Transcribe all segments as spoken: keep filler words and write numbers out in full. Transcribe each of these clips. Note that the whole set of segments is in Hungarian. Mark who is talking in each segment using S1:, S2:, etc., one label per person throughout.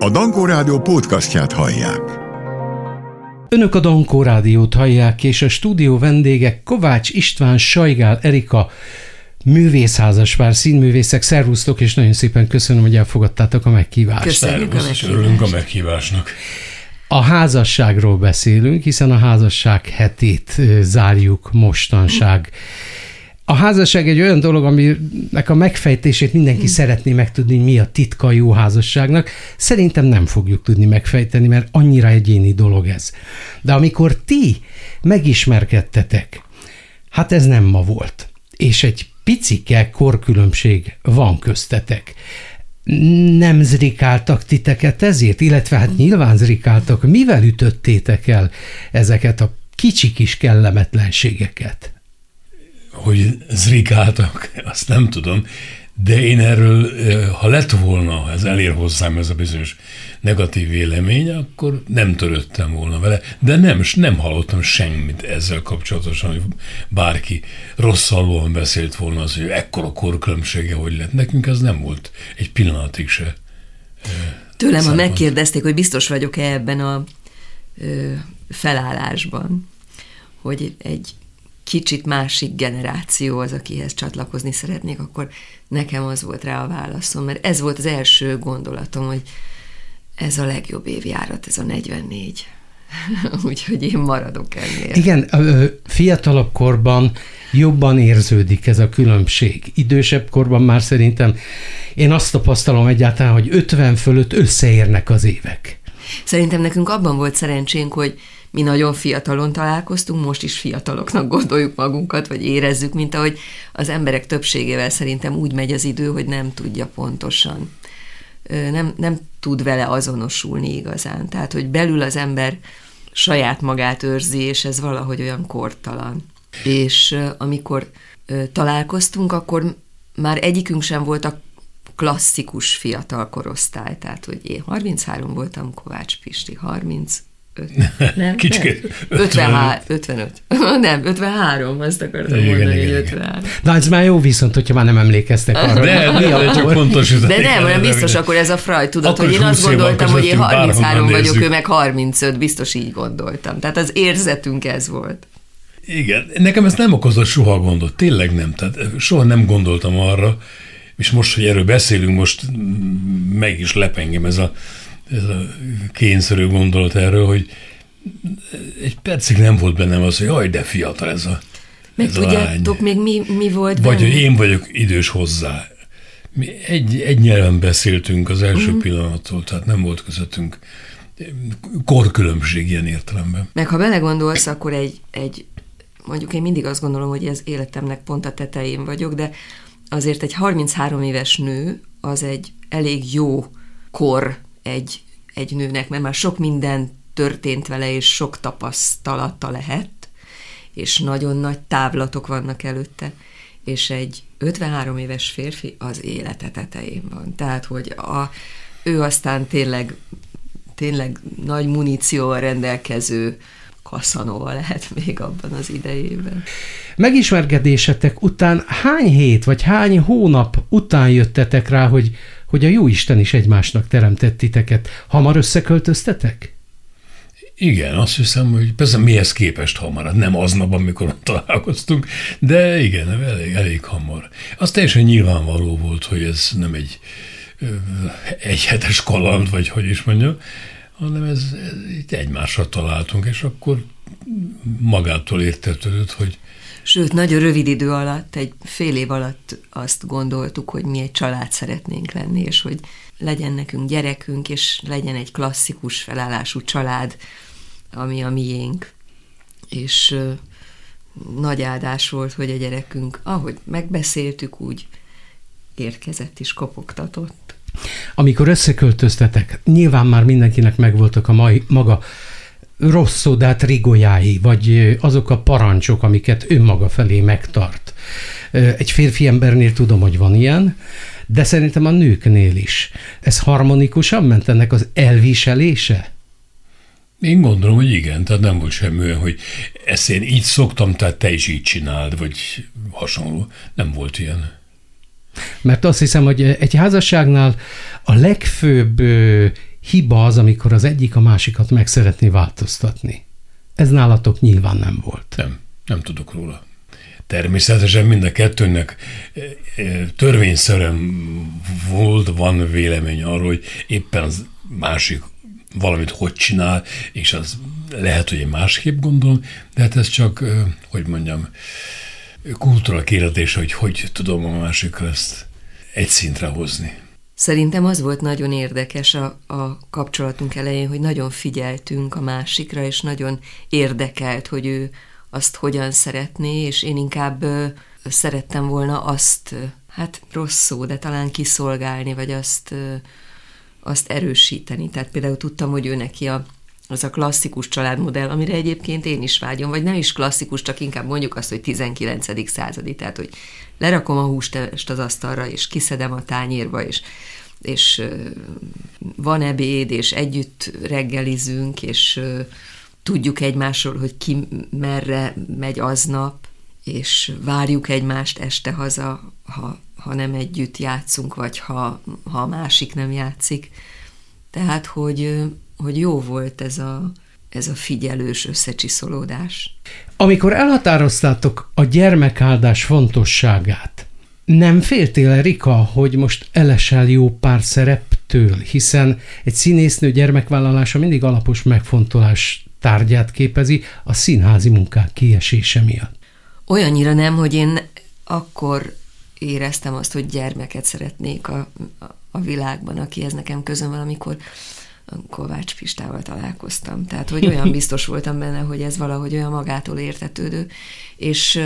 S1: A Dankó Rádió podcastját hallják.
S2: Önök a Dankó Rádiót hallják, és a stúdió vendége Kovács István, Sajgál Erika, művészházaspár, színművészek. Szervusztok, és nagyon szépen köszönöm, hogy elfogadtátok a meghívást.
S3: Köszönjük a meghívást. Örülünk a meghívásnak.
S2: A házasságról beszélünk, hiszen a házasság hetét zárjuk mostanság. A házasság egy olyan dolog, aminek a megfejtését mindenki szeretné megtudni, mi a titka a jó házasságnak. Szerintem nem fogjuk tudni megfejteni, mert annyira egyéni dolog ez. De amikor ti megismerkedtetek, hát ez nem ma volt, és egy picike korkülönbség van köztetek. Nem zrikáltak titeket ezért? Illetve hát nyilván zrikáltak. Mivel ütöttétek el ezeket a kicsi kis kellemetlenségeket?
S3: Hogy zrikáltak, azt nem tudom, de én erről, ha lett volna, ez elér hozzám ez a bizonyos negatív vélemény, akkor nem törődtem volna vele, de nem, nem hallottam semmit ezzel kapcsolatosan, hogy bárki rosszallóan beszélt volna az, hogy ekkora korkülönbsége, hogy lett. Nekünk ez nem volt egy pillanatig se.
S4: Tőlem, ha megkérdezték, hogy biztos vagyok-e ebben a ö, felállásban, hogy egy kicsit másik generáció az, akihez csatlakozni szeretnék, akkor nekem az volt rá a válaszom, mert ez volt az első gondolatom, hogy ez a legjobb évjárat, ez a negyvennégy. Úgyhogy én maradok ennél.
S2: Igen, fiatalabb korban jobban érződik ez a különbség. Idősebb korban már szerintem én azt tapasztalom egyáltalán, hogy ötven fölött összeérnek az évek.
S4: Szerintem nekünk abban volt szerencsénk, hogy mi nagyon fiatalon találkoztunk, most is fiataloknak gondoljuk magunkat, vagy érezzük, mint ahogy az emberek többségével szerintem úgy megy az idő, hogy nem tudja pontosan. Nem, nem tud vele azonosulni igazán. Tehát, hogy belül az ember saját magát őrzi, és ez valahogy olyan kortalan. És amikor találkoztunk, akkor már egyikünk sem volt a klasszikus fiatal korosztály. Tehát, hogy én harminchárom voltam, Kovács Pisti harminc. Nem,
S3: Kicsit.
S4: ötvenhárom, ötvenöt. Nem, ötvenhárom, azt akartam igen, mondani, igen, hogy ötvenhárom.
S2: Na, ez már jó viszont, hogyha már nem emlékeztek arra.
S3: De, de, de csak pontos.
S4: De nem, hanem biztos akkor ez a Freud tudat, hogy én azt gondoltam, hogy én harminchárom vagyok, ő meg harmincöt, biztos így gondoltam. Tehát az érzetünk ez volt.
S3: Igen, nekem ez nem okozott soha gondot, tényleg nem. Tehát soha nem gondoltam arra, és most, hogy erről beszélünk, most meg is lep engem ez a ez a kényszerű gondolat erről, hogy egy percig nem volt bennem az, hogy jaj, de fiatal ez a
S4: Meg
S3: ez
S4: tudjátok még mi, mi volt
S3: Vagy,
S4: benne?
S3: hogy én vagyok idős hozzá. Mi egy, egy nyelven beszéltünk az első uh-huh. pillanattól, tehát nem volt közöttünk korkülönbség ilyen értelemben.
S4: Meg ha belegondolsz, akkor egy, egy, mondjuk én mindig azt gondolom, hogy az életemnek pont a tetején vagyok, de azért egy harminchárom éves nő az egy elég jó kor egy, egy nőnek, mert már sok minden történt vele, és sok tapasztalata lehet, és nagyon nagy távlatok vannak előtte, és egy ötvenhárom éves férfi az élete tetején van. Tehát, hogy a, ő aztán tényleg, tényleg nagy munícióval rendelkező Casanova lehet még abban az idejében.
S2: Megismerkedésetek után hány hét, vagy hány hónap után jöttetek rá, hogy hogy a Jóisten is egymásnak teremtett titeket? Hamar összeköltöztetek?
S3: Igen, azt hiszem, hogy persze mihez képest hamar, nem aznap, amikor találkoztunk, de igen, elég, elég hamar. Az teljesen nyilvánvaló volt, hogy ez nem egy egyhetes kaland, vagy hogy is mondjam, hanem ez, ez itt egymásra találtunk, és akkor magától értetődött, hogy
S4: Sőt, nagyon rövid idő alatt, egy fél év alatt azt gondoltuk, hogy mi egy család szeretnénk lenni, és hogy legyen nekünk gyerekünk, és legyen egy klasszikus felállású család, ami a miénk. És uh, nagy áldás volt, hogy a gyerekünk, ahogy megbeszéltük, úgy érkezett is, kopogtatott.
S2: Amikor összeköltöztetek, nyilván már mindenkinek megvoltak a mai, maga rossz szódát rigolyái, vagy azok a parancsok, amiket önmaga felé megtart. Egy férfi embernél tudom, hogy van ilyen, de szerintem a nőknél is. Ez harmonikusan ment ennek az elviselése?
S3: Én gondolom, hogy igen, tehát nem volt semmi olyan, hogy ezt én így szoktam, tehát te is így csináld, vagy hasonló. Nem volt ilyen.
S2: Mert azt hiszem, hogy egy házasságnál a legfőbb hiba az, amikor az egyik a másikat meg szeretné változtatni. Ez nálatok nyilván nem volt.
S3: Nem, nem tudok róla. Természetesen mind a kettőnek törvényszerűen volt, van vélemény arról, hogy éppen az másik valamit hogy csinál, és az lehet, hogy én másképp gondolom, de hát ez csak, hogy mondjam, kultúra kérdése, hogy hogy tudom a másikra ezt egy szintre hozni.
S4: Szerintem az volt nagyon érdekes a, a kapcsolatunk elején, hogy nagyon figyeltünk a másikra, és nagyon érdekelt, hogy ő azt hogyan szeretné, és én inkább ö, szerettem volna azt, ö, hát rossz szó, de talán kiszolgálni, vagy azt, ö, azt erősíteni. Tehát például tudtam, hogy ő neki a, az a klasszikus családmodell, amire egyébként én is vágyom, vagy nem is klasszikus, csak inkább mondjuk azt, hogy tizenkilencedik századi, tehát hogy lerakom a hústest az asztalra, és kiszedem a tányérba, és, és ö, van ebéd, és együtt reggelizünk, és ö, tudjuk egymásról, hogy ki merre megy aznap, és várjuk egymást este haza, ha, ha nem együtt játszunk, vagy ha, ha a másik nem játszik. Tehát, hogy, hogy jó volt ez a, ez a figyelős összecsiszolódás.
S2: Amikor elhatároztátok a gyermekáldás fontosságát, nem féltél, Erika, hogy most elesel jó pár szereptől, hiszen egy színésznő gyermekvállalása mindig alapos megfontolás tárgyát képezi a színházi munkák kiesése miatt.
S4: Olyannyira nem, hogy én akkor éreztem azt, hogy gyermeket szeretnék a, a, a világban, akihez nekem közön van, amikor Kovács Pistával találkoztam. Tehát, hogy olyan biztos voltam benne, hogy ez valahogy olyan magától értetődő, és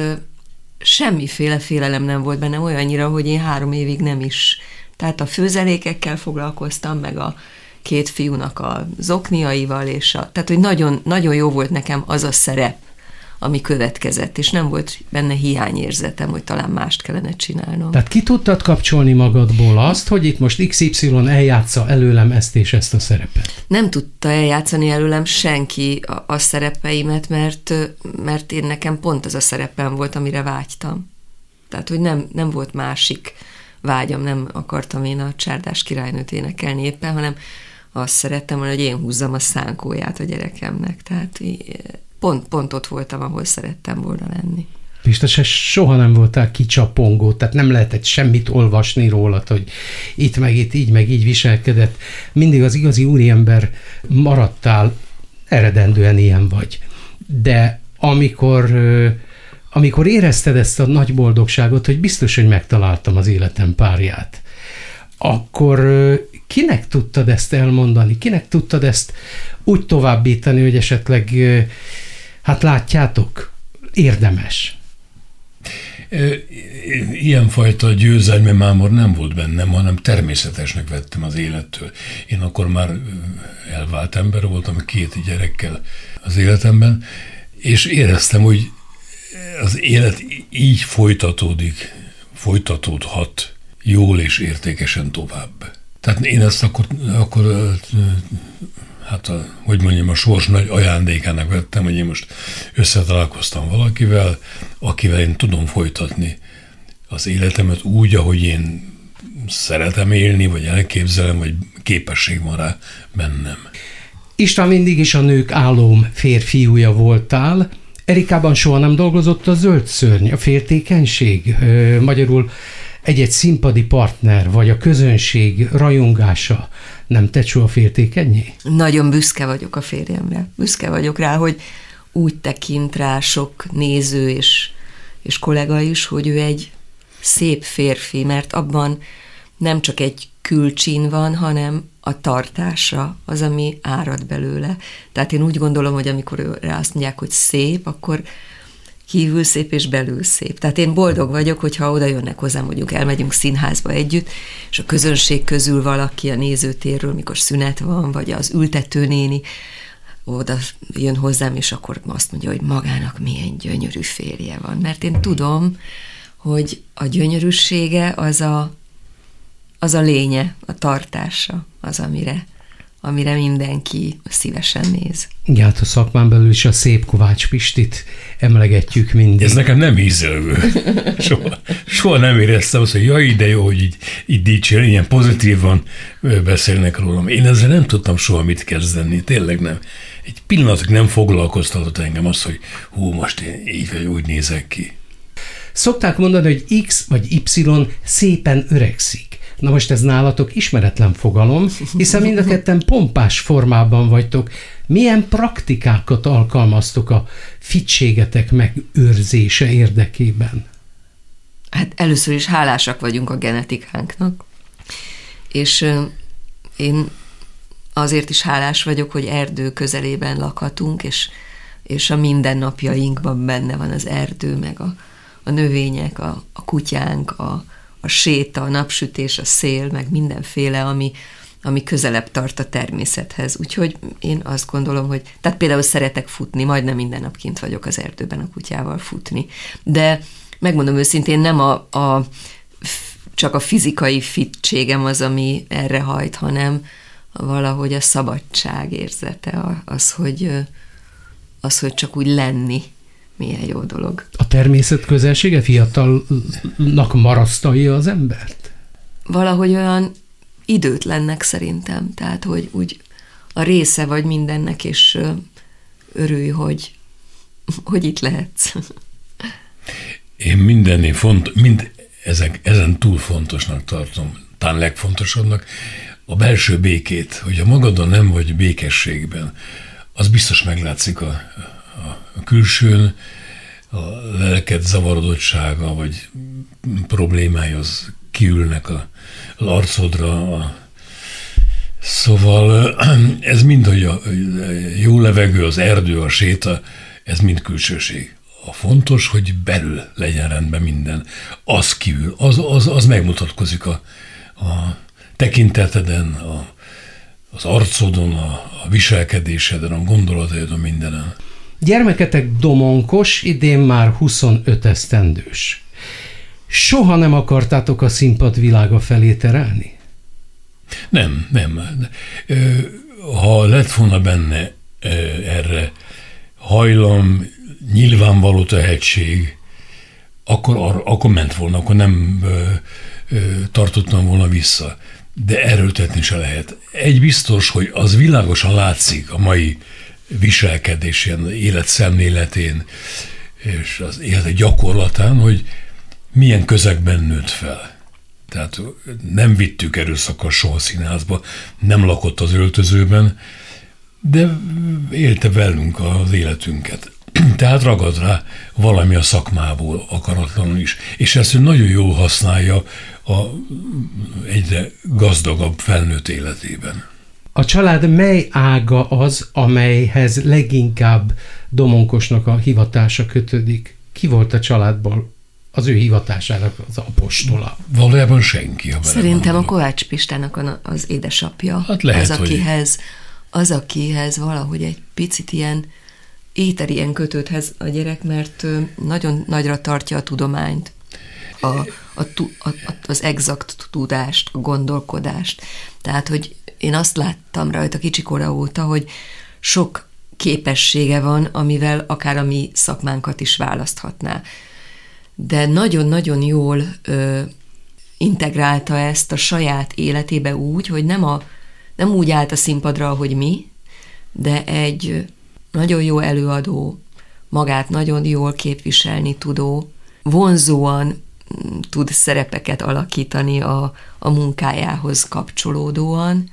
S4: semmiféle félelem nem volt bennem olyannyira, hogy én három évig nem is. Tehát a főzelékekkel foglalkoztam, meg a két fiúnak a zokniaival, és a, tehát, hogy nagyon, nagyon jó volt nekem az a szerep, ami következett, és nem volt benne hiányérzetem, hogy talán mást kellene csinálnom.
S2: Tehát ki tudtad kapcsolni magadból azt, hogy itt most iksz ipszilon eljátsza előlem ezt és ezt a szerepet?
S4: Nem tudta eljátszani előlem senki a, a szerepeimet, mert, mert én nekem pont az a szerepem volt, amire vágytam. Tehát, hogy nem, nem volt másik vágyam, nem akartam én a Csárdás királynőt énekelni éppen, hanem azt szerettem volna, hogy én húzzam a szánkóját a gyerekemnek. Tehát pont, pont ott voltam, ahol szerettem volna lenni.
S2: Pista, se soha nem voltál kicsapongó, tehát nem lehetett semmit olvasni rólad, hogy itt meg itt, így meg így viselkedett. Mindig az igazi úriember maradtál, eredendően ilyen vagy. De amikor, amikor érezted ezt a nagy boldogságot, hogy biztos, hogy megtaláltam az életem párját, akkor kinek tudtad ezt elmondani? Kinek tudtad ezt úgy továbbítani, hogy esetleg, hát látjátok, érdemes?
S3: Ilyenfajta győzelmi mámor nem volt bennem, hanem természetesnek vettem az élettől. Én akkor már elvált ember voltam, két gyerekkel az életemben, és éreztem, hogy az élet így folytatódik, folytatódhat jól és értékesen tovább. Tehát én ezt akkor, akkor hát a, hogy mondjam, a sors nagy ajándékának vettem, hogy én most összetalálkoztam valakivel, akivel én tudom folytatni az életemet úgy, ahogy én szeretem élni, vagy elképzelem, vagy képesség van rá bennem.
S2: István, mindig is a nők álom férfiúja voltál. Erikában soha nem dolgozott a zöld szörny, a féltékenység, magyarul egy-egy színpadi partner, vagy a közönség rajongása nem tett soha féltékennyé?
S4: Nagyon büszke vagyok a férjemre. Büszke vagyok rá, hogy úgy tekint rá sok néző és, és kollega is, hogy ő egy szép férfi, mert abban nem csak egy külcsín van, hanem a tartása az, ami árad belőle. Tehát én úgy gondolom, hogy amikor rá azt mondják, hogy szép, akkor kívül szép és belül szép. Tehát én boldog vagyok, hogyha oda jönnek hozzám, mondjuk elmegyünk színházba együtt, és a közönség közül valaki a nézőtérről, mikor szünet van, vagy az ültetőnéni, oda jön hozzám, és akkor azt mondja, hogy magának milyen gyönyörű férje van. Mert én tudom, hogy a gyönyörűsége az a, az a lénye, a tartása, az, amire, amire mindenki szívesen néz.
S2: Igen, hát a szakmán belül is a szép Kovács Pistit emlegetjük mindig.
S3: Ez nekem nem ízelgő. Soha, soha nem éreztem azt, hogy jaj, de jó, hogy így, így dicsér, ilyen pozitívan beszélnek rólam. Én ezzel nem tudtam soha mit kezdeni, tényleg nem. Egy pillanatig nem foglalkoztatott engem az, hogy hú, most én így vagy úgy nézek ki.
S2: Szokták mondani, hogy X vagy Y szépen öregszik. Na most ez nálatok ismeretlen fogalom, hiszen mind a ketten pompás formában vagytok. Milyen praktikákat alkalmaztok a fittségetek megőrzése érdekében?
S4: Hát először is hálásak vagyunk a genetikánknak, és én azért is hálás vagyok, hogy erdő közelében lakhatunk, és, és a mindennapjainkban benne van az erdő, meg a, a növények, a, a kutyánk, a, a séta, a napsütés, a szél, meg mindenféle, ami, ami közelebb tart a természethez. Úgyhogy én azt gondolom, hogy, tehát például szeretek futni, majdnem minden nap kint vagyok az erdőben a kutyával futni. De megmondom őszintén, nem a, a, csak a fizikai fittségem az, ami erre hajt, hanem valahogy a szabadság érzete, az, hogy, az, hogy csak úgy lenni, milyen jó dolog.
S2: A természet közelsége fiatalnak marasztalja az embert?
S4: Valahogy olyan időtlennek szerintem, tehát, hogy úgy a része vagy mindennek, és örülj, hogy, hogy itt lehetsz.
S3: Én mindennél font, mind ezek, ezen túl fontosnak tartom, talán legfontosabbnak, a belső békét, hogy a magadon nem vagy békességben, az biztos meglátszik a, a, a külsőn, a lelked zavarodottsága, vagy problémái, az kiülnek a, az arcodra. A, szóval ez mind, hogy a jó levegő, az erdő, a séta, ez mind külsőség. A fontos, hogy belül legyen rendben minden. Az kiül, az, az, az megmutatkozik a, a tekinteteden, a, az arcodon, a, a viselkedéseden, a gondolataidon, mindenen.
S2: Gyermeketek Domonkos, idén már huszonöt esztendős. Soha nem akartátok a színpad világa felé terelni?
S3: Nem, nem. Ha lett volna benne erre hajlam, nyilvánvaló tehetség, akkor, akkor ment volna, akkor nem tartottam volna vissza. De erőltetni se lehet. Egy biztos, hogy az világosan látszik a mai viselkedésén, életszemléletén és az élet gyakorlatán, hogy milyen közegben nőtt fel. Tehát nem vittük erőszakkal soha színházba, nem lakott az öltözőben, de élte velünk az életünket. Tehát ragad rá valami a szakmából akaratlanul is. És ezt ő nagyon jól használja a egyre gazdagabb felnőtt életében.
S2: A család mely ága az, amelyhez leginkább Domonkosnak a hivatása kötődik? Ki volt a családból az ő hivatásának az apostola?
S3: Valójában senki.
S4: Szerintem a Kovács Pistának az édesapja.
S3: Hát lehet,
S4: az, akihez, hogy... az, akihez valahogy egy picit ilyen éterien kötődhez a gyerek, mert nagyon nagyra tartja a tudományt, a, a, a, az exakt tudást, a gondolkodást. Tehát, hogy én azt láttam rajta kicsikora óta, hogy sok képessége van, amivel akár a mi szakmánkat is választhatná. De nagyon-nagyon jól ö, integrálta ezt a saját életébe úgy, hogy nem, a, nem úgy állt a színpadra, ahogy mi, de egy nagyon jó előadó, magát nagyon jól képviselni tudó, vonzóan tud szerepeket alakítani a, a munkájához kapcsolódóan,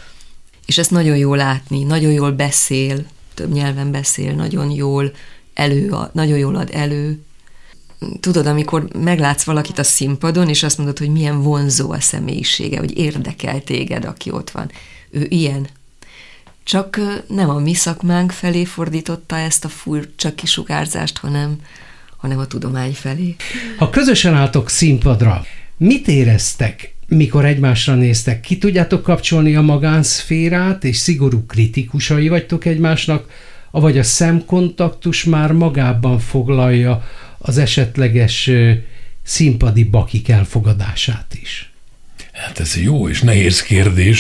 S4: és ezt nagyon jól látni, nagyon jól beszél, több nyelven beszél, nagyon jól elő, nagyon jól ad elő. Tudod, amikor meglátsz valakit a színpadon, és azt mondod, hogy milyen vonzó a személyisége, hogy érdekel téged, aki ott van. Ő ilyen. Csak nem a mi szakmánk felé fordította ezt a furcsa kisugárzást, hanem, hanem a tudomány felé.
S2: Ha közösen álltok színpadra, mit éreztek, mikor egymásra néztek? Ki tudjátok kapcsolni a magánszférát, és szigorú kritikusai vagytok egymásnak, avagy a szemkontaktus már magában foglalja az esetleges színpadi bakik elfogadását is?
S3: Hát ez jó és nehéz kérdés,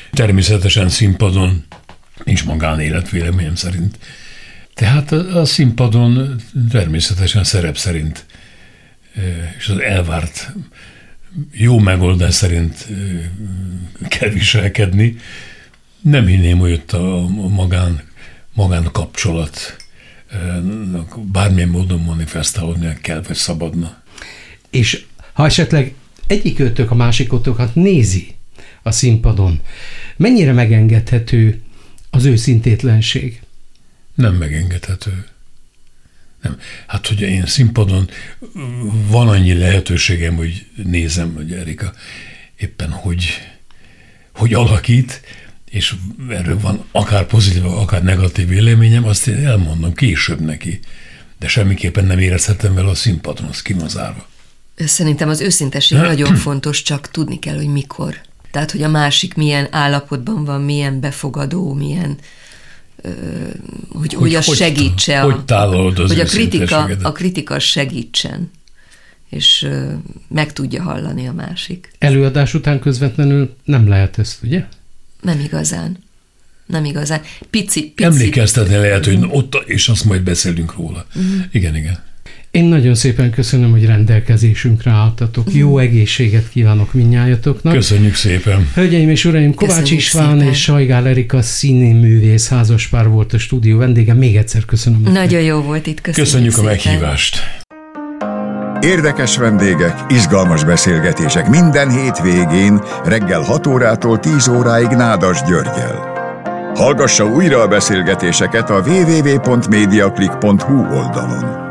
S3: Természetesen színpadon nincs magánélet véleményem szerint. Tehát a, a színpadon természetesen szerep szerint és az elvárt jó megoldás szerint kell viselkedni. Nem hinném, hogy ott a magán, magán kapcsolat bármilyen módon manifestálódnia kell, vagy szabadna.
S2: És ha esetleg egyikőtök a másikotokat nézi a színpadon, mennyire megengedhető az őszintétlenség?
S3: Nem megengedhető. Nem. Hát, hogy én színpadon van annyi lehetőségem, hogy nézem, hogy Erika éppen hogy, hogy alakít, és erről van akár pozitív, akár negatív véleményem, azt én elmondom később neki. De semmiképpen nem érezhetem vele a színpadon, az ki van zárva.
S4: Szerintem az őszintesség nagyon fontos, csak tudni kell, hogy mikor. Tehát, hogy a másik milyen állapotban van, milyen befogadó, milyen, ö, hogy, hogy, hogy az segítse.
S3: Hogy tálalod az
S4: hogy a kritika, a kritika segítsen, és ö, meg tudja hallani a másik.
S2: Előadás után közvetlenül nem lehet ezt, ugye?
S4: Nem igazán. Nem igazán. Pici, pici.
S3: Emlékeztetni lehet, hogy ott, és azt majd beszélünk róla. Uh-huh. Igen, igen.
S2: Én nagyon szépen köszönöm, hogy rendelkezésünkre álltatok. Uh-huh. Jó egészséget kívánok mindnyájatoknak.
S3: Köszönjük szépen.
S2: Hölgyeim és uraim, Kovács köszönjük István szépen. És Sajgál Erika színművész házaspár volt a stúdió vendége. Még egyszer köszönöm.
S4: Nagyon nektek. Jó volt itt. Köszönjük,
S3: köszönjük
S4: szépen.
S3: A meghívást.
S1: Érdekes vendégek, izgalmas beszélgetések minden hétvégén reggel hat órától tíz óráig Nádas Györggyel. Hallgassa újra a beszélgetéseket a double-u double-u double-u pont mediaclick pont hu oldalon.